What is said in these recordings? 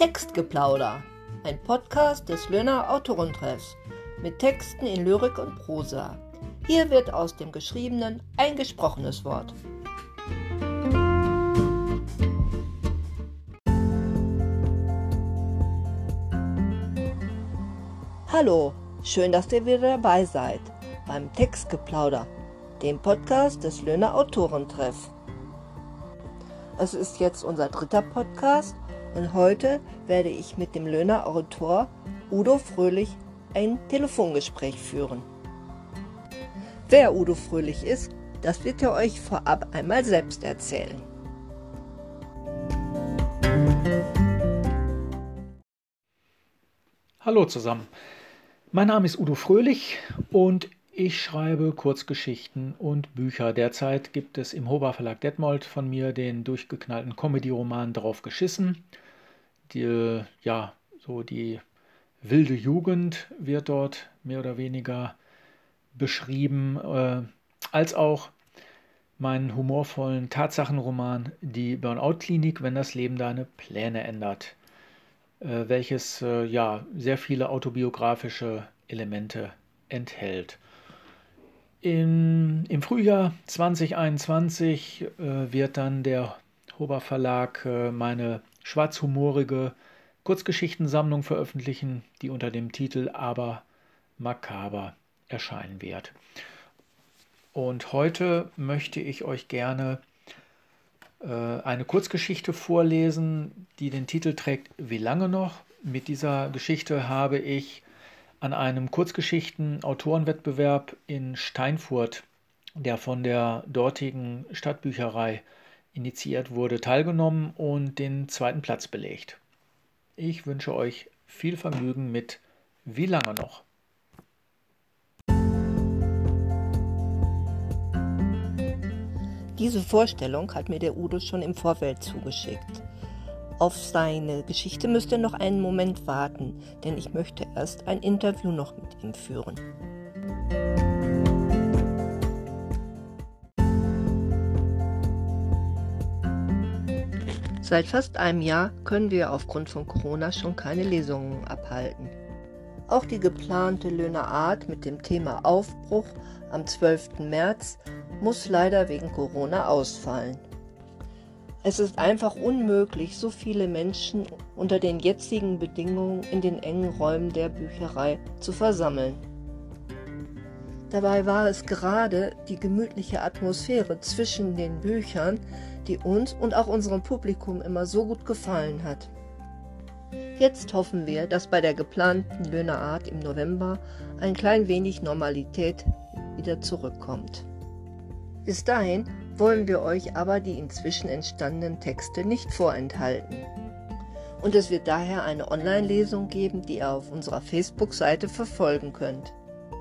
Textgeplauder, ein Podcast des Löhner Autorentreffs mit Texten in Lyrik und Prosa. Hier wird aus dem Geschriebenen ein gesprochenes Wort. Hallo, schön, dass ihr wieder dabei seid beim Textgeplauder, dem Podcast des Löhner Autorentreffs. Es ist jetzt unser dritter Podcast und heute werde ich mit dem Löhner Autor Udo Fröhlich ein Telefongespräch führen. Wer Udo Fröhlich ist, das wird er euch vorab einmal selbst erzählen. Hallo zusammen, mein Name ist Udo Fröhlich und ich schreibe Kurzgeschichten und Bücher. Derzeit gibt es im Hoba Verlag Detmold von mir den durchgeknallten Comedy-Roman Drauf geschissen. Die wilde Jugend wird dort mehr oder weniger beschrieben, als auch meinen humorvollen Tatsachenroman Die Burnout-Klinik, wenn das Leben deine Pläne ändert, welches sehr viele autobiografische Elemente enthält. Im Frühjahr 2021 wird dann der Hoba Verlag meine schwarzhumorige Kurzgeschichtensammlung veröffentlichen, die unter dem Titel Aber Makaber erscheinen wird. Und heute möchte ich euch gerne eine Kurzgeschichte vorlesen, die den Titel trägt Wie lange noch? Mit dieser Geschichte habe ich an einem Kurzgeschichten-Autorenwettbewerb in Steinfurt, der von der dortigen Stadtbücherei initiiert wurde, teilgenommen und den zweiten Platz belegt. Ich wünsche euch viel Vergnügen mit Wie lange noch? Diese Vorstellung hat mir der Udo schon im Vorfeld zugeschickt. Auf seine Geschichte müsst ihr noch einen Moment warten, denn ich möchte erst ein Interview noch mit ihm führen. Seit fast einem Jahr können wir aufgrund von Corona schon keine Lesungen abhalten. Auch die geplante Löhner Art mit dem Thema Aufbruch am 12. März muss leider wegen Corona ausfallen. Es ist einfach unmöglich, so viele Menschen unter den jetzigen Bedingungen in den engen Räumen der Bücherei zu versammeln. Dabei war es gerade die gemütliche Atmosphäre zwischen den Büchern, die uns und auch unserem Publikum immer so gut gefallen hat. Jetzt hoffen wir, dass bei der geplanten Löhner Art im November ein klein wenig Normalität wieder zurückkommt. Bis dahin wollen wir euch aber die inzwischen entstandenen Texte nicht vorenthalten. Und es wird daher eine Online-Lesung geben, die ihr auf unserer Facebook-Seite verfolgen könnt.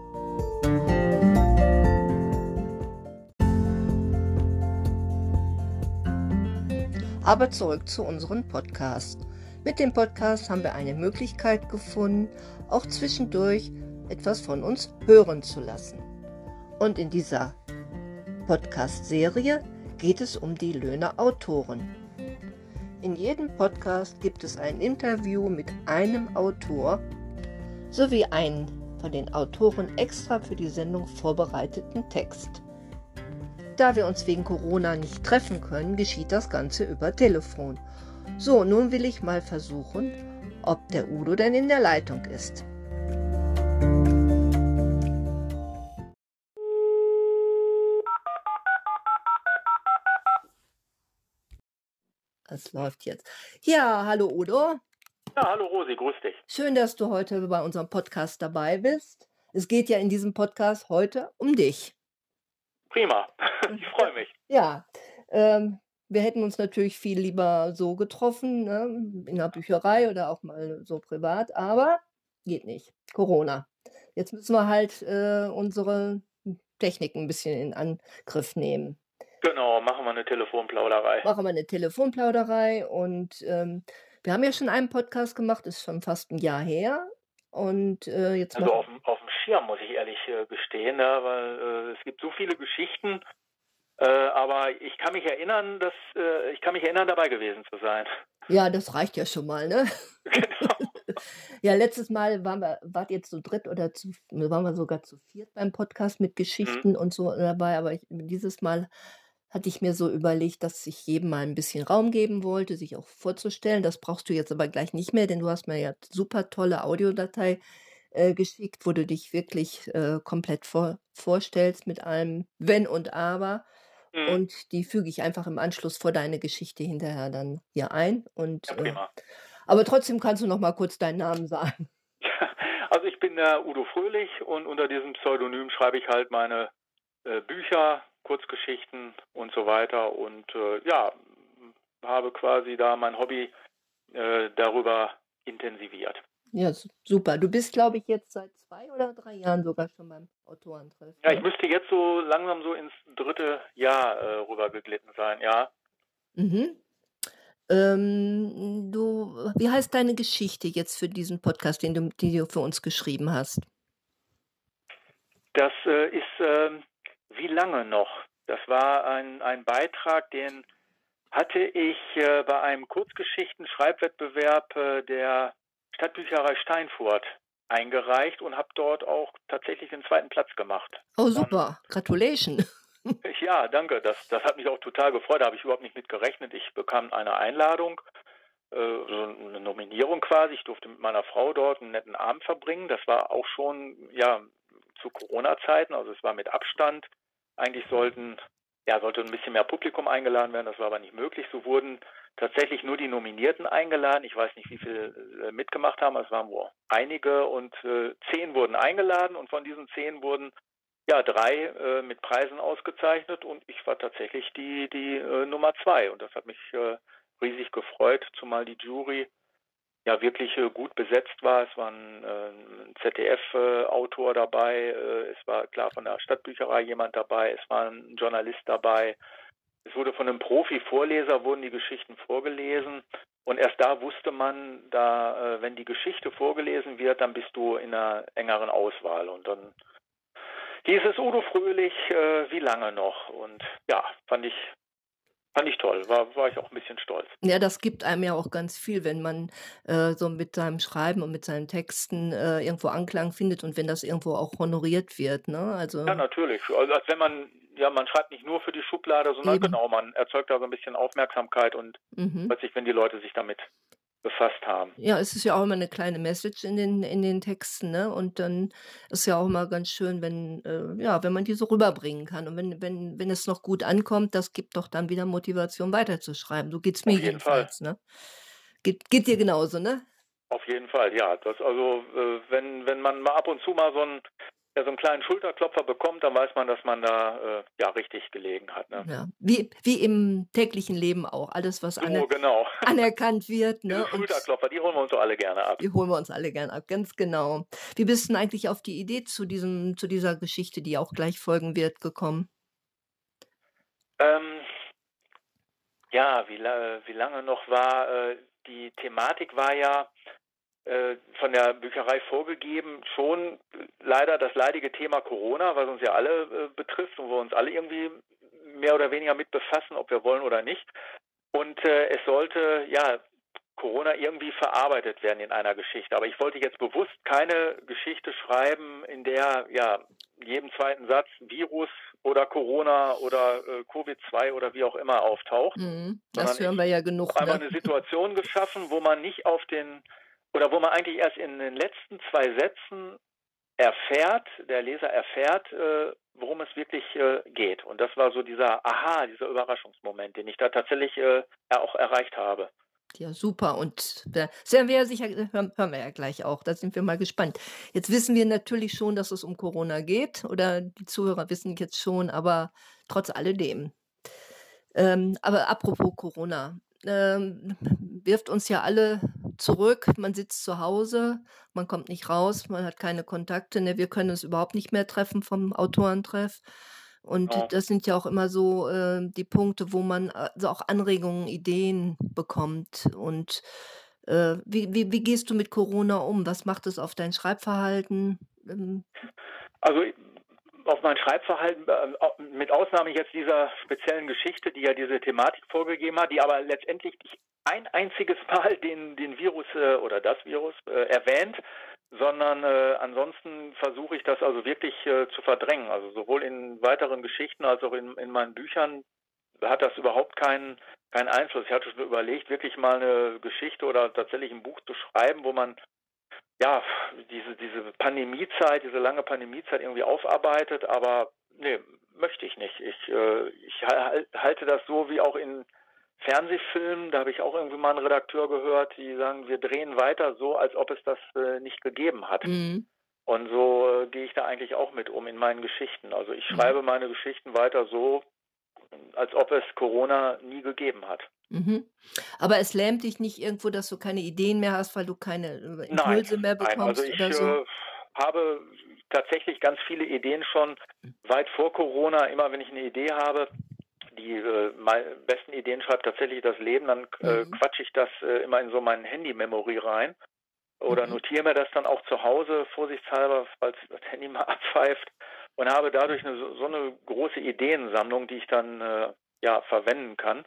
Aber zurück zu unserem Podcast. Mit dem Podcast haben wir eine Möglichkeit gefunden, auch zwischendurch etwas von uns hören zu lassen. Und in dieser Podcast-Serie geht es um die Löhner Autoren. In jedem Podcast gibt es ein Interview mit einem Autor sowie einen von den Autoren extra für die Sendung vorbereiteten Text. Da wir uns wegen Corona nicht treffen können, geschieht das Ganze über Telefon. So, nun will ich mal versuchen, ob der Udo denn in der Leitung ist. Es läuft jetzt. Ja, hallo Udo. Ja, hallo Rosi, grüß dich. Schön, dass du heute bei unserem Podcast dabei bist. Es geht ja in diesem Podcast heute um dich. Prima, ich freue mich. Ja, wir hätten uns natürlich viel lieber so getroffen, ne, in der Bücherei oder auch mal so privat, aber geht nicht. Corona. Jetzt müssen wir halt unsere Technik ein bisschen in Angriff nehmen. Genau, machen wir eine Telefonplauderei. Und wir haben ja schon einen Podcast gemacht, ist schon fast ein Jahr her. Und jetzt Also auf dem Schirm, muss ich ehrlich gestehen, ja, weil es gibt so viele Geschichten, aber ich kann mich erinnern, dabei gewesen zu sein. Ja, das reicht ja schon mal, ne? Genau. Ja, letztes Mal wart ihr zu dritt oder waren wir sogar zu viert beim Podcast mit Mhm. Geschichten und so dabei, aber dieses Mal hatte ich mir so überlegt, dass ich jedem mal ein bisschen Raum geben wollte, sich auch vorzustellen. Das brauchst du jetzt aber gleich nicht mehr, denn du hast mir ja super tolle Audiodatei, geschickt, wo du dich wirklich, komplett vorstellst mit allem Wenn und Aber. Mhm. Und die füge ich einfach im Anschluss vor deine Geschichte hinterher dann hier ein Ja, und, prima. aber trotzdem kannst du noch mal kurz deinen Namen sagen. Also ich bin der Udo Fröhlich und unter diesem Pseudonym schreibe ich halt meine Bücher, Kurzgeschichten und so weiter und ja, habe quasi da mein Hobby darüber intensiviert. Ja, super. Du bist, glaube ich, jetzt seit 2 oder 3 Jahren sogar schon beim Autorentreff, Ja, ich ne? müsste jetzt so langsam so ins dritte Jahr rübergeglitten sein, ja. Mhm. Wie heißt deine Geschichte jetzt für diesen Podcast, die du für uns geschrieben hast? Das ist Wie lange noch? Das war ein Beitrag, den hatte ich bei einem Kurzgeschichten-Schreibwettbewerb der Stadtbücherei Steinfurt eingereicht und habe dort auch tatsächlich den zweiten Platz gemacht. Oh, Und super. Gratulation. ja, danke. Das hat mich auch total gefreut. Da habe ich überhaupt nicht mit gerechnet. Ich bekam eine Einladung, so eine Nominierung quasi. Ich durfte mit meiner Frau dort einen netten Abend verbringen. Das war auch schon ja zu Corona-Zeiten, also es war mit Abstand. Eigentlich sollte ein bisschen mehr Publikum eingeladen werden, das war aber nicht möglich. So wurden tatsächlich nur die Nominierten eingeladen. Ich weiß nicht, wie viele mitgemacht haben, es waren wohl einige und 10 wurden eingeladen und von diesen 10 wurden ja 3 mit Preisen ausgezeichnet und ich war tatsächlich die Nummer 2 und das hat mich riesig gefreut, zumal die Jury ja wirklich gut besetzt war. Es war ein ZDF-Autor dabei, es war klar von der Stadtbücherei jemand dabei, es war ein Journalist dabei. Es wurde von einem Profi-Vorleser, wurden die Geschichten vorgelesen und erst da wusste man, wenn die Geschichte vorgelesen wird, dann bist du in einer engeren Auswahl und dann hieß es Udo Fröhlich, wie lange noch? Und ja, fand ich toll, war ich auch ein bisschen stolz. Ja, das gibt einem ja auch ganz viel, wenn man, so mit seinem Schreiben und mit seinen Texten, irgendwo Anklang findet und wenn das irgendwo auch honoriert wird, ne? Ja, Also, natürlich. Also als wenn man schreibt nicht nur für die Schublade, sondern eben. genau, man erzeugt da so ein bisschen Aufmerksamkeit und Mhm. plötzlich, wenn die Leute sich damit befasst haben. Ja, es ist ja auch immer 'ne kleine Message in den Texten, ne? Und dann ist ja auch immer ganz schön, wenn ja, wenn man die so rüberbringen kann. Und wenn es noch gut ankommt, das gibt doch dann wieder Motivation weiterzuschreiben. So geht's mir Auf jeden Fall. jedenfalls, ne? Geht dir genauso, ne? Auf jeden Fall, ja. Wenn man mal ab und zu mal so einen kleinen Schulterklopfer bekommt, dann weiß man, dass man da ja richtig gelegen hat, ne? Ja. Wie im täglichen Leben auch. Alles, was So, genau. anerkannt wird, Diese ne? Und Schulterklopfer, die holen wir uns doch alle gerne ab. die holen wir uns alle gern ab, ganz genau. Wie bist 'n eigentlich auf die Idee zu dieser Geschichte, die auch gleich folgen wird, gekommen? Ähm, ja, wie lange noch war, die Thematik war ja von der Bücherei vorgegeben, schon leider das leidige Thema Corona, was uns ja alle betrifft und wo wir uns alle irgendwie mehr oder weniger mit befassen, ob wir wollen oder nicht. Und es sollte ja Corona irgendwie verarbeitet werden in einer Geschichte. Aber ich wollte jetzt bewusst keine Geschichte schreiben, in der ja in jedem zweiten Satz Virus oder Corona oder Covid-2 oder wie auch immer auftaucht, Mhm. Das sondern hören wir ich ja habe genug, einmal ne? eine Situation geschaffen, wo man nicht auf den oder wo man eigentlich erst in den letzten 2 Sätzen der Leser erfährt, worum es wirklich geht. Und das war so dieser Überraschungsmoment, den ich da tatsächlich auch erreicht habe. Ja, super. Und das werden wir ja sicher hören wir ja gleich auch. Da sind wir mal gespannt. Jetzt wissen wir natürlich schon, dass es um Corona geht oder die Zuhörer wissen jetzt schon, aber trotz alledem. Aber apropos Corona, wirft uns ja alle zurück. Man sitzt zu Hause, man kommt nicht raus, man hat keine Kontakte, ne? Wir können uns überhaupt nicht mehr treffen vom Autorentreff. Und Genau. das sind ja auch immer so, die Punkte, wo man, so auch Anregungen, Ideen bekommt. Und, wie gehst du mit Corona um? Was macht es auf dein Schreibverhalten? Also auf mein Schreibverhalten, mit Ausnahme jetzt dieser speziellen Geschichte, die ja diese Thematik vorgegeben hat, die aber letztendlich ein einziges Mal den Virus oder das Virus erwähnt, sondern ansonsten versuche ich das also wirklich zu verdrängen. Also sowohl in weiteren Geschichten als auch in meinen Büchern hat das überhaupt keinen Einfluss. Ich hatte schon überlegt, wirklich mal eine Geschichte oder tatsächlich ein Buch zu schreiben, wo man ja diese Pandemiezeit, diese lange Pandemiezeit irgendwie aufarbeitet, aber nee, möchte ich nicht. Ich halte das so wie auch in Fernsehfilmen, da habe ich auch irgendwie mal einen Redakteur gehört, die sagen, wir drehen weiter so, als ob es das nicht gegeben hat. Mhm. Und so gehe ich da eigentlich auch mit um in meinen Geschichten. Also ich schreibe meine Geschichten weiter so, als ob es Corona nie gegeben hat. Mhm. Aber es lähmt dich nicht irgendwo, dass du keine Ideen mehr hast, weil du keine Impulse mehr Nein, also bekommst ich oder so? habe tatsächlich ganz viele Ideen schon weit vor Corona. Immer wenn ich eine Idee habe, die besten Ideen schreibt tatsächlich das Leben, dann quatsche ich das immer in so mein Handy-Memory rein oder notiere mir das dann auch zu Hause vorsichtshalber, falls das Handy mal abpfeift, und habe dadurch so eine große Ideensammlung, die ich dann verwenden kann.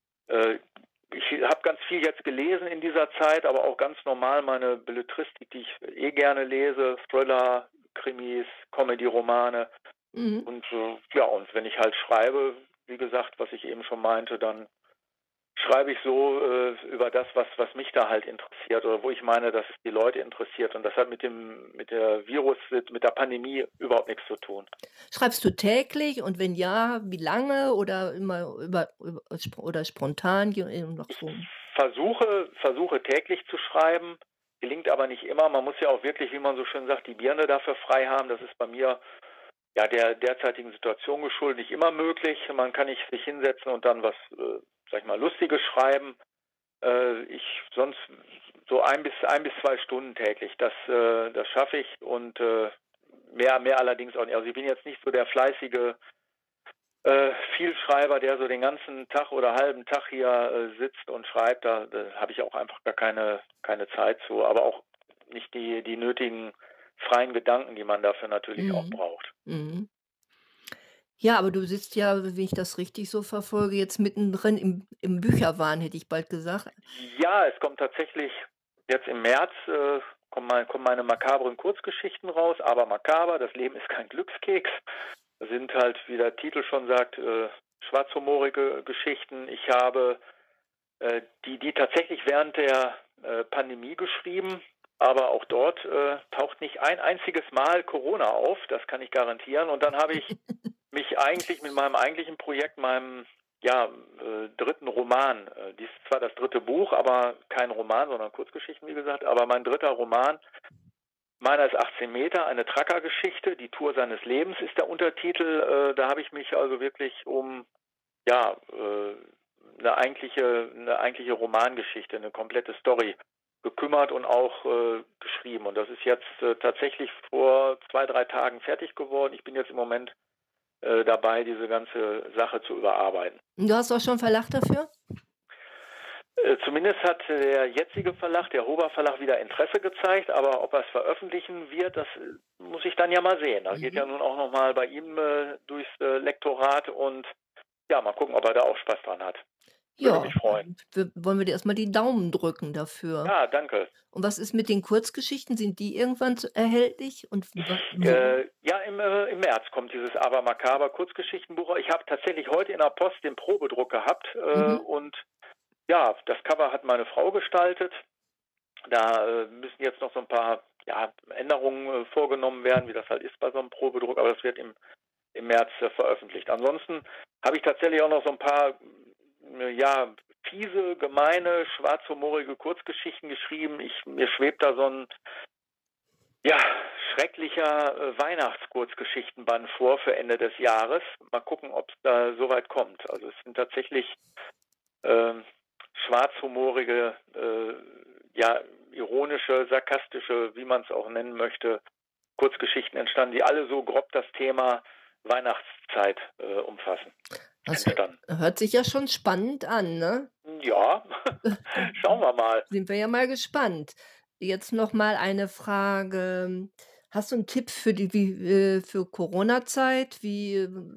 Ich habe ganz viel jetzt gelesen in dieser Zeit, aber auch ganz normal meine Belletristik, die ich gerne lese, Thriller, Krimis, Comedy-Romane. Und und wenn ich halt schreibe, wie gesagt, was ich eben schon meinte, dann schreibe ich so über das, was mich da halt interessiert oder wo ich meine, dass es die Leute interessiert. Und das hat mit der Virus, mit der Pandemie überhaupt nichts zu tun. Schreibst du täglich und wenn ja, wie lange oder immer oder spontan? Noch so? Versuche täglich zu schreiben, gelingt aber nicht immer. Man muss ja auch wirklich, wie man so schön sagt, die Birne dafür frei haben. Das ist bei mir ja der derzeitigen Situation geschuldet nicht immer möglich. Man kann nicht sich hinsetzen und dann was, sag ich mal, Lustiges schreiben. Ich sonst so 1 bis 2 Stunden täglich. Das schaffe ich und mehr allerdings auch nicht. Also ich bin jetzt nicht so der fleißige Vielschreiber, der so den ganzen Tag oder halben Tag hier sitzt und schreibt. Da habe ich auch einfach gar keine Zeit zu, aber auch nicht die nötigen freien Gedanken, die man dafür natürlich auch braucht. Mhm. Ja, aber du sitzt ja, wenn ich das richtig so verfolge, jetzt mittendrin im Bücherwahn, hätte ich bald gesagt. Ja, es kommt tatsächlich jetzt im März kommen meine makabren Kurzgeschichten raus, aber makaber, das Leben ist kein Glückskeks. Das sind halt, wie der Titel schon sagt, schwarzhumorige Geschichten. Ich habe die tatsächlich während der Pandemie geschrieben, aber auch dort taucht nicht ein einziges Mal Corona auf, das kann ich garantieren. Und dann habe ich mich eigentlich mit meinem eigentlichen Projekt, meinem dritten Roman, dies ist zwar das dritte Buch, aber kein Roman, sondern Kurzgeschichten, wie gesagt, aber mein dritter Roman, meiner ist 18 Meter, eine Truckergeschichte, die Tour seines Lebens ist der Untertitel. Da habe ich mich also wirklich um eine eigentliche Romangeschichte, eine komplette Story gekümmert und auch geschrieben. Und das ist jetzt tatsächlich vor 2, 3 Tagen fertig geworden. Ich bin jetzt im Moment dabei, diese ganze Sache zu überarbeiten. Und du hast auch schon einen Verlag dafür? Zumindest hat der jetzige Verlag, der Hober Verlag, wieder Interesse gezeigt, aber ob er es veröffentlichen wird, das muss ich dann ja mal sehen. Da geht ja nun auch nochmal bei ihm durchs Lektorat und ja, mal gucken, ob er da auch Spaß dran hat. Würde mich freuen. Wollen wir dir erstmal die Daumen drücken dafür. Ja, danke. Und was ist mit den Kurzgeschichten? Sind die irgendwann erhältlich? Und im März kommt dieses Aber Makaber Kurzgeschichtenbuch. Ich habe tatsächlich heute in der Post den Probedruck gehabt und ja, das Cover hat meine Frau gestaltet. Da müssen jetzt noch so ein paar Änderungen vorgenommen werden, wie das halt ist bei so einem Probedruck, aber das wird im März veröffentlicht. Ansonsten habe ich tatsächlich auch noch so ein paar fiese, gemeine, schwarzhumorige Kurzgeschichten geschrieben. Mir schwebt da so ein schrecklicher Weihnachtskurzgeschichtenband vor für Ende des Jahres. Mal gucken, ob es da so weit kommt. Also es sind tatsächlich schwarzhumorige, ironische, sarkastische, wie man es auch nennen möchte, Kurzgeschichten entstanden, die alle so grob das Thema Weihnachtszeit umfassen. Das hört sich ja schon spannend an, ne? Ja, schauen wir mal. Sind wir ja mal gespannt. Jetzt noch mal eine Frage. Hast du einen Tipp für Corona-Zeit? Wie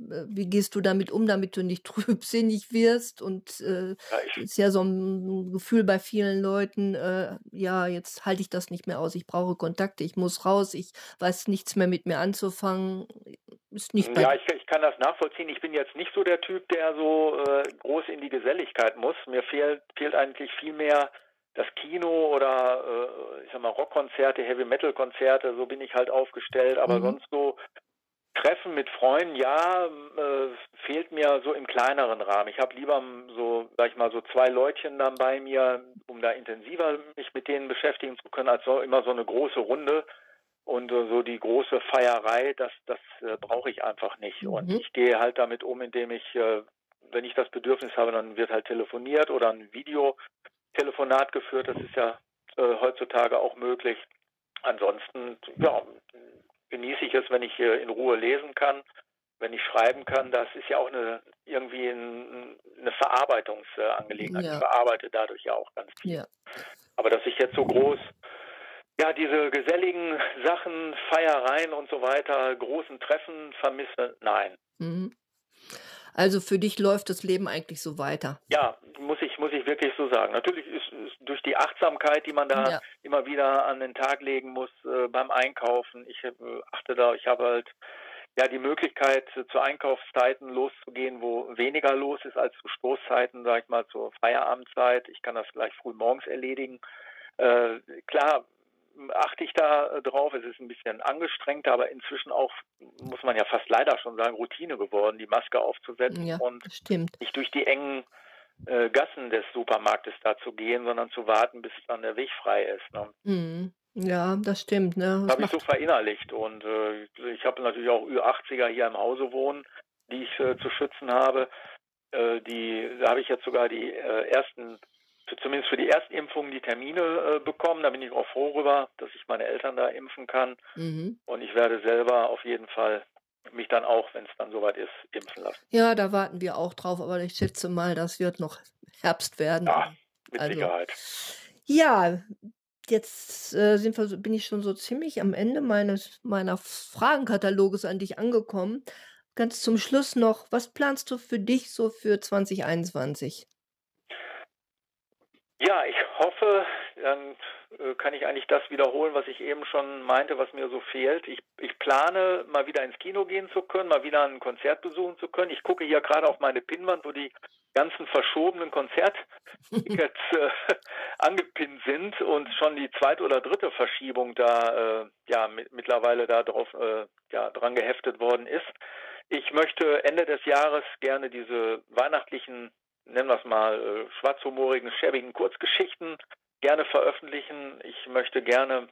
wie gehst du damit um, damit du nicht trübsinnig wirst? Und Ja, ist ja so ein Gefühl bei vielen Leuten, ja, jetzt halte ich das nicht mehr aus, ich brauche Kontakte, ich muss raus, ich weiß nichts mehr mit mir anzufangen. Ist nicht bei ja, ich kann das nachvollziehen. Ich bin jetzt nicht so der Typ, der so groß in die Geselligkeit muss. Mir fehlt eigentlich viel mehr das Kino oder ich sag mal Rockkonzerte, Heavy-Metal-Konzerte, so bin ich halt aufgestellt. Aber Mhm. sonst so Treffen mit Freunden, ja, fehlt mir so im kleineren Rahmen. Ich habe lieber so, sag ich mal, so 2 Leutchen dann bei mir, um da intensiver mich mit denen beschäftigen zu können, als so immer so eine große Runde. Und so die große Feierei, das brauche ich einfach nicht. Und Mhm. ich gehe halt damit um, indem ich, wenn ich das Bedürfnis habe, dann wird halt telefoniert oder ein Videotelefonat geführt. Das ist ja heutzutage auch möglich. Ansonsten, ja, genieße ich es, wenn ich in Ruhe lesen kann, wenn ich schreiben kann. Das ist ja auch irgendwie eine Verarbeitungsangelegenheit. Ich Ja, verarbeite dadurch ja auch ganz viel. ja. Aber dass ich jetzt so groß, ja, diese geselligen Sachen, Feiereien und so weiter, großen Treffen vermisse, nein. Mhm. Also für dich läuft das Leben eigentlich so weiter. Ja, muss ich wirklich so sagen. Natürlich ist durch die Achtsamkeit, die man da Ja. immer wieder an den Tag legen muss beim Einkaufen. Ich achte da, ich habe halt ja die Möglichkeit, zu Einkaufszeiten loszugehen, wo weniger los ist als zu Stoßzeiten, sag ich mal, zur Feierabendzeit. Ich kann das gleich früh morgens erledigen. Klar achte ich da drauf. Es ist ein bisschen angestrengter, aber inzwischen auch, muss man ja fast leider schon sagen, Routine geworden, die Maske aufzusetzen Ja, und das stimmt. nicht durch die engen Gassen des Supermarktes da zu gehen, sondern zu warten, bis dann der Weg frei ist. Ne? Mhm. Ja, das stimmt, ne? Das Das habe ich so macht verinnerlicht und ich habe natürlich auch Ü80er hier im Hause wohnen, die ich zu schützen habe. Da habe ich jetzt sogar die zumindest für die Erstimpfungen die Termine bekommen. Da bin ich auch froh rüber, dass ich meine Eltern da impfen kann. mhm. Und ich werde selber auf jeden Fall mich dann auch, wenn es dann soweit ist, impfen lassen. Ja, da warten wir auch drauf, aber ich schätze mal, das wird noch Herbst werden. Ja, mit Also, Sicherheit. ja, jetzt bin ich schon so ziemlich am Ende meiner Fragenkataloges an dich angekommen. Ganz zum Schluss noch, was planst du für dich so für 2021? Ja, ich hoffe, dann kann ich eigentlich das wiederholen, was ich eben schon meinte, was mir so fehlt. Ich plane, mal wieder ins Kino gehen zu können, mal wieder ein Konzert besuchen zu können. Ich gucke hier gerade auf meine Pinnwand, wo die ganzen verschobenen Konzerttickets angepinnt sind und schon die 2. oder 3. Verschiebung da mittlerweile da drauf dran geheftet worden ist. Ich möchte Ende des Jahres gerne diese weihnachtlichen, nennen wir es mal, schwarzhumorigen, schäbigen Kurzgeschichten gerne veröffentlichen. Ich möchte gerne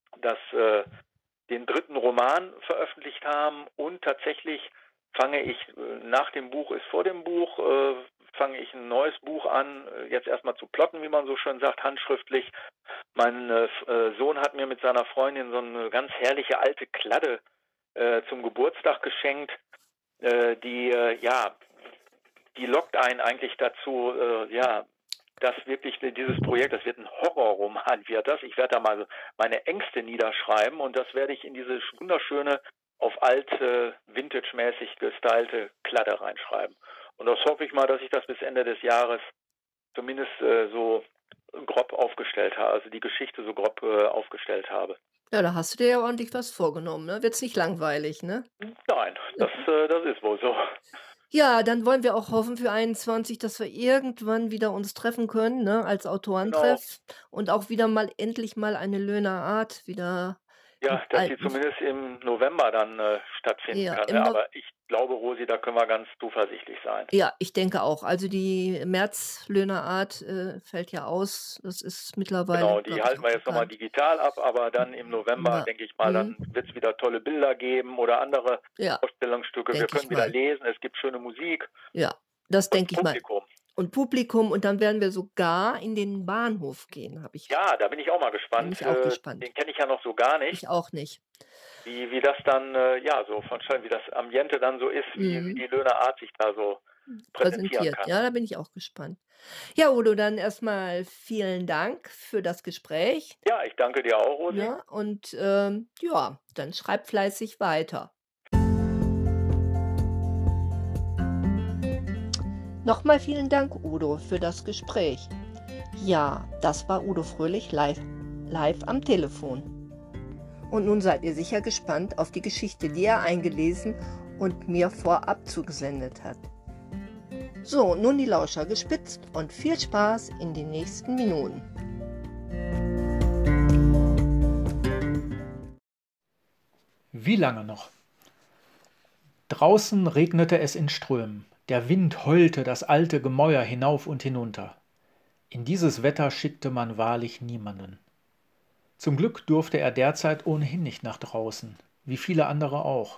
den 3. Roman veröffentlicht haben und tatsächlich fange ich nach dem Buch ist vor dem Buch, fange ich ein neues Buch an, jetzt erstmal zu plotten, wie man so schön sagt, handschriftlich. Mein Sohn hat mir mit seiner Freundin so eine ganz herrliche alte Kladde zum Geburtstag geschenkt, die lockt einen eigentlich dazu, dass wirklich dieses Projekt, das wird ein Horrorroman, wird das. Ich werde da mal meine Ängste niederschreiben und das werde ich in diese wunderschöne, auf alte, vintage-mäßig gestylte Kladde reinschreiben. Und das hoffe ich mal, dass ich das bis Ende des Jahres zumindest so grob aufgestellt habe, also die Geschichte so grob aufgestellt habe. Ja, da hast du dir ja ordentlich was vorgenommen, ne? Wird's nicht langweilig, ne? Nein, das ist wohl so. Ja, dann wollen wir auch hoffen für 21, dass wir irgendwann wieder uns treffen können, ne, als Genau. Autorentreff und auch wieder mal endlich mal eine Löhner Art wieder Ja, im dass sie alten. zumindest im November dann stattfinden Ja, kann. im Ja, No aber ich glaube, Rosi, da können wir ganz zuversichtlich sein. ja, ich denke auch. Also die März-Löhner Art fällt ja aus. Das ist mittlerweile, Genau, die glaube ich, halten auch wir jetzt nochmal bekannt. digital ab, aber dann im November, Ja, denke ich mal, dann wird es wieder tolle Bilder geben oder andere ja, Ausstellungsstücke. Wir denke ich können wieder mal. lesen, es gibt schöne Musik Ja, das und denke ich mal. Publikum. Und Publikum und dann werden wir sogar in den Bahnhof gehen, habe ich Ja, da bin ich auch mal bin gespannt. ich auch gespannt. Den kenne ich ja noch so gar nicht. Ich auch nicht. Wie das dann, so vonstatten, wie das Ambiente dann so ist, wie Mhm. die Löhner Art sich da so präsentieren Präsentiert. kann. Ja, da bin ich auch gespannt. Ja, Udo, dann erstmal vielen Dank für das Gespräch. Ja, ich danke dir auch, Rosi. Ne? Und ja, dann schreib fleißig weiter. Nochmal vielen Dank, Udo, für das Gespräch. Ja, das war Udo Fröhlich live am Telefon. Und nun seid ihr sicher gespannt auf die Geschichte, die er eingelesen und mir vorab zugesendet hat. So, nun die Lauscher gespitzt und viel Spaß in den nächsten Minuten. Wie lange noch? Draußen regnete es in Strömen. Der Wind heulte das alte Gemäuer hinauf und hinunter. In dieses Wetter schickte man wahrlich niemanden. Zum Glück durfte er derzeit ohnehin nicht nach draußen, wie viele andere auch.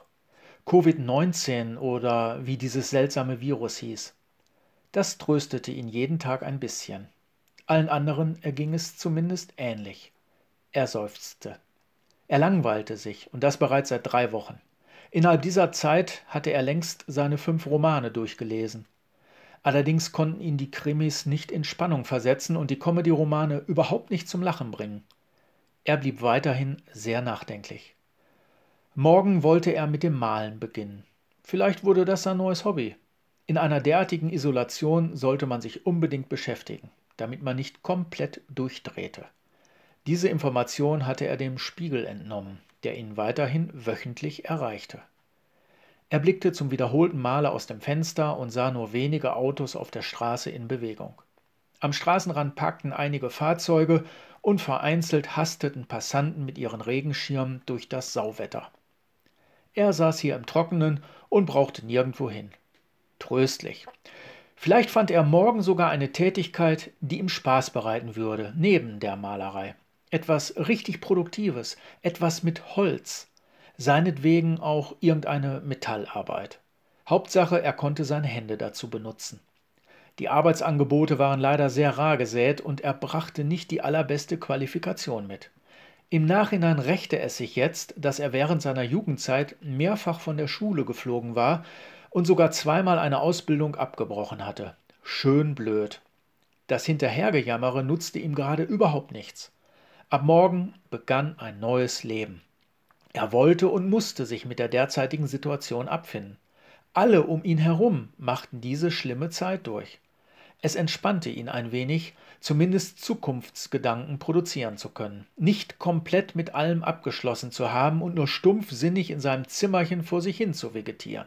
Covid-19 oder wie dieses seltsame Virus hieß. Das tröstete ihn jeden Tag ein bisschen. Allen anderen erging es zumindest ähnlich. Er seufzte. Er langweilte sich, und das bereits seit 3 Wochen. Innerhalb dieser Zeit hatte er längst seine 5 Romane durchgelesen. Allerdings konnten ihn die Krimis nicht in Spannung versetzen und die Comedy-Romane überhaupt nicht zum Lachen bringen. Er blieb weiterhin sehr nachdenklich. Morgen wollte er mit dem Malen beginnen. Vielleicht wurde das sein neues Hobby. In einer derartigen Isolation sollte man sich unbedingt beschäftigen, damit man nicht komplett durchdrehte. Diese Information hatte er dem Spiegel entnommen, der ihn weiterhin wöchentlich erreichte. Er blickte zum wiederholten Male aus dem Fenster und sah nur wenige Autos auf der Straße in Bewegung. Am Straßenrand parkten einige Fahrzeuge und vereinzelt hasteten Passanten mit ihren Regenschirmen durch das Sauwetter. Er saß hier im Trockenen und brauchte nirgendwo hin. Tröstlich. Vielleicht fand er morgen sogar eine Tätigkeit, die ihm Spaß bereiten würde, neben der Malerei. Etwas richtig Produktives, etwas mit Holz. Seinetwegen auch irgendeine Metallarbeit. Hauptsache, er konnte seine Hände dazu benutzen. Die Arbeitsangebote waren leider sehr rar gesät und er brachte nicht die allerbeste Qualifikation mit. Im Nachhinein rächte es sich jetzt, dass er während seiner Jugendzeit mehrfach von der Schule geflogen war und sogar 2-mal eine Ausbildung abgebrochen hatte. Schön blöd. Das Hinterhergejammere nutzte ihm gerade überhaupt nichts. Ab morgen begann ein neues Leben. Er wollte und musste sich mit der derzeitigen Situation abfinden. Alle um ihn herum machten diese schlimme Zeit durch. Es entspannte ihn ein wenig, zumindest Zukunftsgedanken produzieren zu können, nicht komplett mit allem abgeschlossen zu haben und nur stumpfsinnig in seinem Zimmerchen vor sich hin zu vegetieren.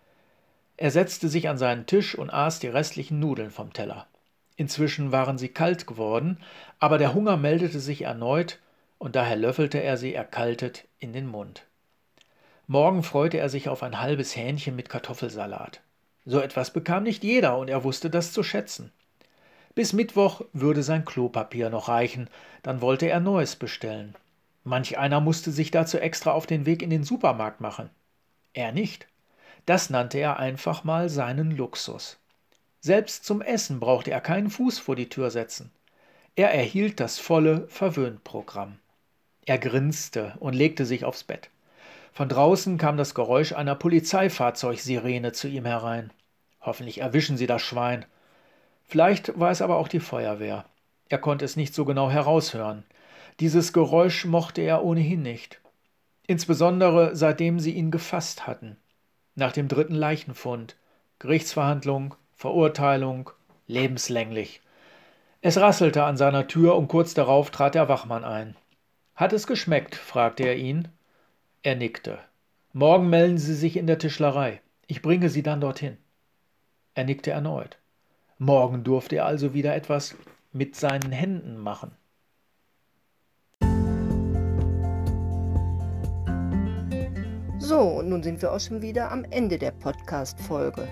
Er setzte sich an seinen Tisch und aß die restlichen Nudeln vom Teller. Inzwischen waren sie kalt geworden, aber der Hunger meldete sich erneut, und daher löffelte er sie erkaltet in den Mund. Morgen freute er sich auf ein halbes Hähnchen mit Kartoffelsalat. So etwas bekam nicht jeder, und er wusste das zu schätzen. Bis Mittwoch würde sein Klopapier noch reichen, dann wollte er Neues bestellen. Manch einer musste sich dazu extra auf den Weg in den Supermarkt machen. Er nicht. Das nannte er einfach mal seinen Luxus. Selbst zum Essen brauchte er keinen Fuß vor die Tür setzen. Er erhielt das volle Verwöhnprogramm. Er grinste und legte sich aufs Bett. Von draußen kam das Geräusch einer Polizeifahrzeug-Sirene zu ihm herein. Hoffentlich erwischen sie das Schwein. Vielleicht war es aber auch die Feuerwehr. Er konnte es nicht so genau heraushören. Dieses Geräusch mochte er ohnehin nicht. Insbesondere seitdem sie ihn gefasst hatten. Nach dem 3. Leichenfund. Gerichtsverhandlung, Verurteilung, lebenslänglich. Es rasselte an seiner Tür und kurz darauf trat der Wachmann ein. »Hat es geschmeckt?« fragte er ihn. Er nickte. »Morgen melden Sie sich in der Tischlerei. Ich bringe Sie dann dorthin.« Er nickte erneut. Morgen durfte er also wieder etwas mit seinen Händen machen. So, und nun sind wir auch schon wieder am Ende der Podcast-Folge.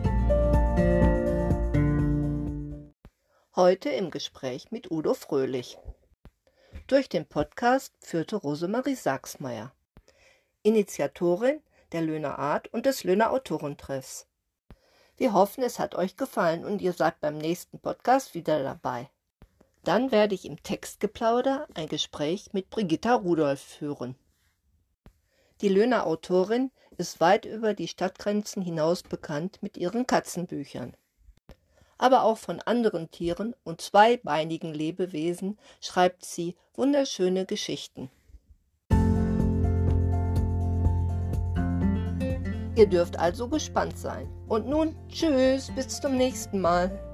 Heute im Gespräch mit Udo Fröhlich. Durch den Podcast führte Rosemarie Sachsmeier, Initiatorin der Löhner Art und des Löhner Autorentreffs. Wir hoffen, es hat euch gefallen und ihr seid beim nächsten Podcast wieder dabei. Dann werde ich im Textgeplauder ein Gespräch mit Brigitta Rudolph führen. Die Löhner Autorin ist weit über die Stadtgrenzen hinaus bekannt mit ihren Katzenbüchern. Aber auch von anderen Tieren und zweibeinigen Lebewesen schreibt sie wunderschöne Geschichten. Ihr dürft also gespannt sein. Und nun, tschüss, bis zum nächsten Mal.